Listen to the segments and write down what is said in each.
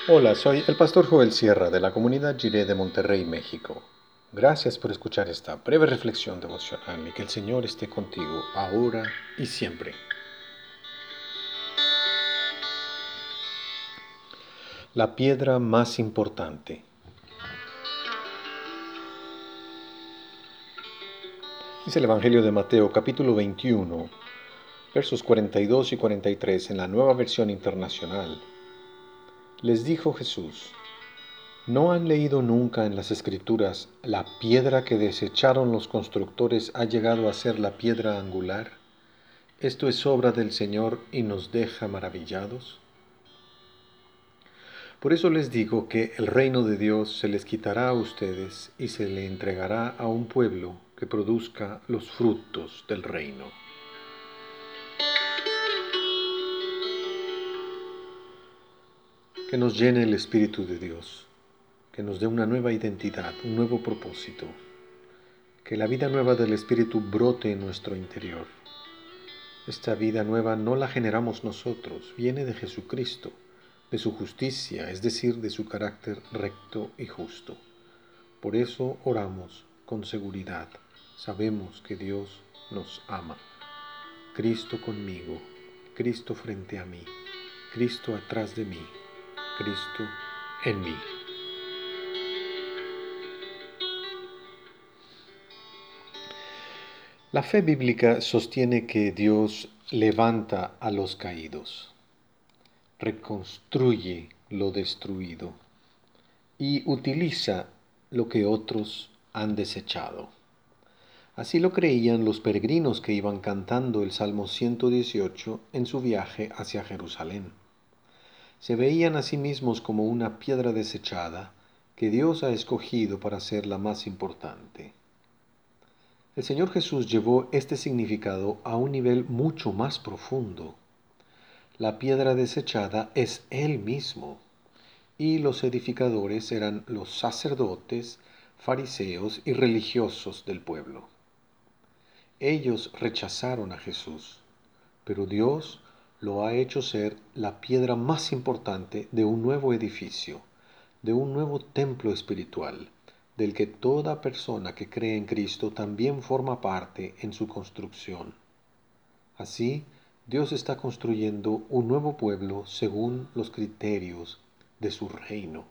Hola, soy el pastor Joel Sierra de la comunidad Jiré de Monterrey, México. Gracias por escuchar esta breve reflexión devocional y que el Señor esté contigo ahora y siempre. La piedra más importante. Dice el Evangelio de Mateo, capítulo 21, versos 42 y 43 en la Nueva Versión Internacional. Les dijo Jesús: ¿No han leído nunca en las Escrituras: la piedra que desecharon los constructores ha llegado a ser la piedra angular? Esto es obra del Señor y nos deja maravillados. Por eso les digo que el reino de Dios se les quitará a ustedes y se le entregará a un pueblo que produzca los frutos del reino. Que nos llene el Espíritu de Dios, que nos dé una nueva identidad, un nuevo propósito, que la vida nueva del Espíritu brote en nuestro interior. Esta vida nueva no la generamos nosotros, viene de Jesucristo, de su justicia, es decir, de su carácter recto y justo. Por eso oramos con seguridad. Sabemos que Dios nos ama. Cristo conmigo, Cristo frente a mí, Cristo atrás de mí, Cristo en mí. La fe bíblica sostiene que Dios levanta a los caídos, reconstruye lo destruido y utiliza lo que otros han desechado. Así lo creían los peregrinos que iban cantando el Salmo 118 en su viaje hacia Jerusalén. Se veían a sí mismos como una piedra desechada que Dios ha escogido para ser la más importante. El Señor Jesús llevó este significado a un nivel mucho más profundo. La piedra desechada es Él mismo, y los edificadores eran los sacerdotes, fariseos y religiosos del pueblo. Ellos rechazaron a Jesús, pero Dios lo ha hecho ser la piedra más importante de un nuevo edificio, de un nuevo templo espiritual, del que toda persona que cree en Cristo también forma parte en su construcción. Así, Dios está construyendo un nuevo pueblo según los criterios de su reino.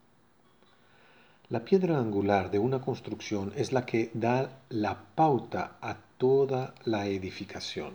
La piedra angular de una construcción es la que da la pauta a toda la edificación.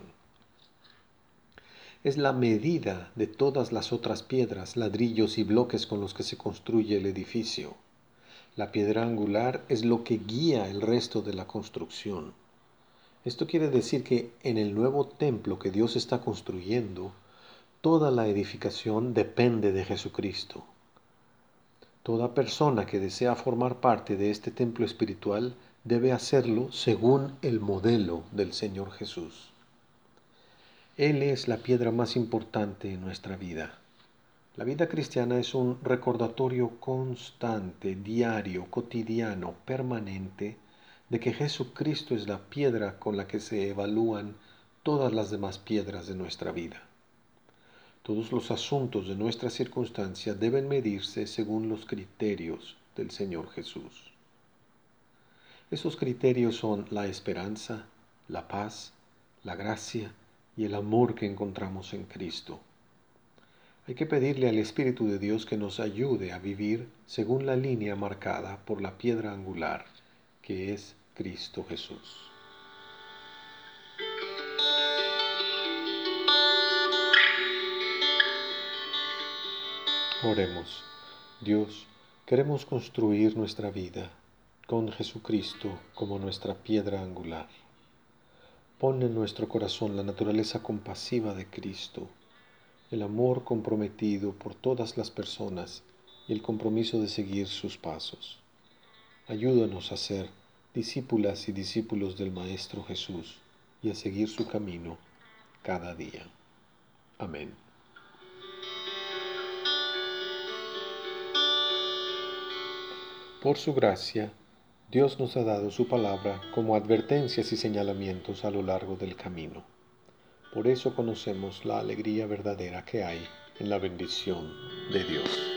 Es la medida de todas las otras piedras, ladrillos y bloques con los que se construye el edificio. La piedra angular es lo que guía el resto de la construcción. Esto quiere decir que en el nuevo templo que Dios está construyendo, toda la edificación depende de Jesucristo. Toda persona que desea formar parte de este templo espiritual debe hacerlo según el modelo del Señor Jesús. Él es la piedra más importante en nuestra vida. La vida cristiana es un recordatorio constante, diario, cotidiano, permanente, de que Jesucristo es la piedra con la que se evalúan todas las demás piedras de nuestra vida. Todos los asuntos de nuestra circunstancia deben medirse según los criterios del Señor Jesús. Esos criterios son la esperanza, la paz, la gracia y el amor que encontramos en Cristo. Hay que pedirle al Espíritu de Dios que nos ayude a vivir según la línea marcada por la piedra angular, que es Cristo Jesús. Oremos. Dios, queremos construir nuestra vida con Jesucristo como nuestra piedra angular. Pon en nuestro corazón la naturaleza compasiva de Cristo, el amor comprometido por todas las personas y el compromiso de seguir sus pasos. Ayúdanos a ser discípulas y discípulos del Maestro Jesús y a seguir su camino cada día. Amén. Por su gracia, Dios nos ha dado su palabra como advertencias y señalamientos a lo largo del camino. Por eso conocemos la alegría verdadera que hay en la bendición de Dios.